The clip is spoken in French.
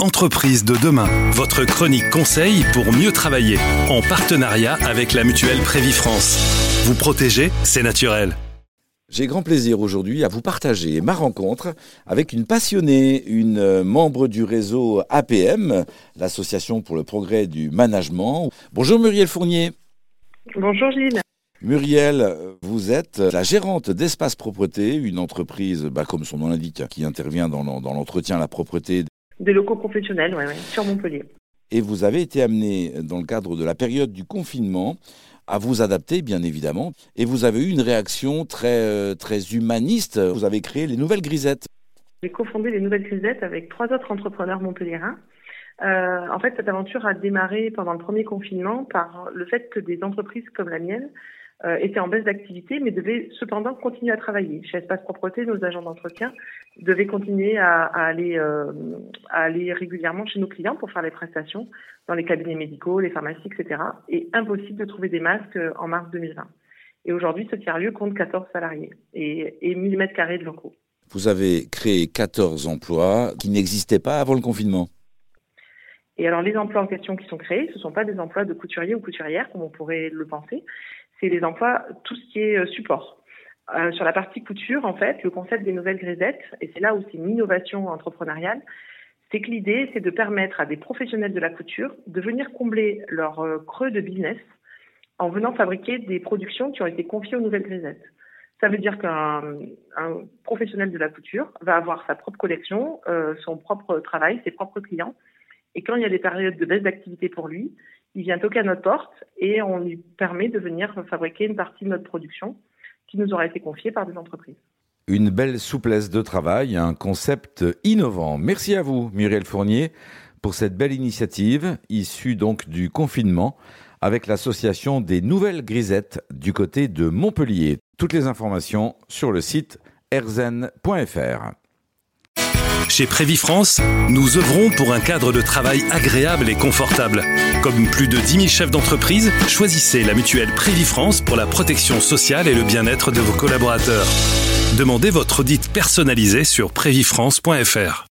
Entreprise de demain, votre chronique conseil pour mieux travailler, en partenariat avec la mutuelle Prévifrance. Vous protéger, c'est naturel. J'ai grand plaisir aujourd'hui à vous partager ma rencontre avec une passionnée, une membre du réseau APM, l'Association pour le progrès du management. Bonjour Muriel Fournier. Bonjour Gilles. Muriel, vous êtes la gérante d'Espace Propreté, une entreprise, comme son nom l'indique, qui intervient dans l'entretien, la propreté. Des locaux professionnels, sur Montpellier. Et vous avez été amené, dans le cadre de la période du confinement, à vous adapter, bien évidemment. Et vous avez eu une réaction très humaniste. Vous avez créé les Nouvelles Grisettes. J'ai cofondé les Nouvelles Grisettes avec 3 autres entrepreneurs montpelliérains. En fait, cette aventure a démarré pendant le premier confinement par le fait que des entreprises comme la mienne étaient en baisse d'activité, mais devaient cependant continuer à travailler. Chez Espace Propreté, nos agents d'entretien devaient continuer à aller régulièrement chez nos clients pour faire les prestations dans les cabinets médicaux, les pharmacies, etc. Et impossible de trouver des masques en mars 2020. Et aujourd'hui, ce tiers-lieu compte 14 salariés et 1000 mètres carrés de locaux. Vous avez créé 14 emplois qui n'existaient pas avant le confinement. Et alors, les emplois en question qui sont créés, ce ne sont pas des emplois de couturiers ou couturières, comme on pourrait le penser. C'est des emplois, tout ce qui est support. Sur la partie couture, en fait, le concept des Nouvelles Grisettes, et c'est là où c'est une innovation entrepreneuriale, c'est que l'idée, c'est de permettre à des professionnels de la couture de venir combler leur creux de business en venant fabriquer des productions qui ont été confiées aux Nouvelles Grisettes. Ça veut dire qu'un professionnel de la couture va avoir sa propre collection, son propre travail, ses propres clients. Et quand il y a des périodes de baisse d'activité pour lui, il vient toquer à notre porte et on lui permet de venir fabriquer une partie de notre production qui nous aura été confiée par des entreprises. Une belle souplesse de travail, un concept innovant. Merci à vous, Muriel Fournier, pour cette belle initiative issue donc du confinement avec l'association des Nouvelles Grisettes du côté de Montpellier. Toutes les informations sur le site erzen.fr. Chez Prévifrance, nous œuvrons pour un cadre de travail agréable et confortable. Comme plus de 10 000 chefs d'entreprise, choisissez la mutuelle Prévifrance pour la protection sociale et le bien-être de vos collaborateurs. Demandez votre audit personnalisé sur prévifrance.fr.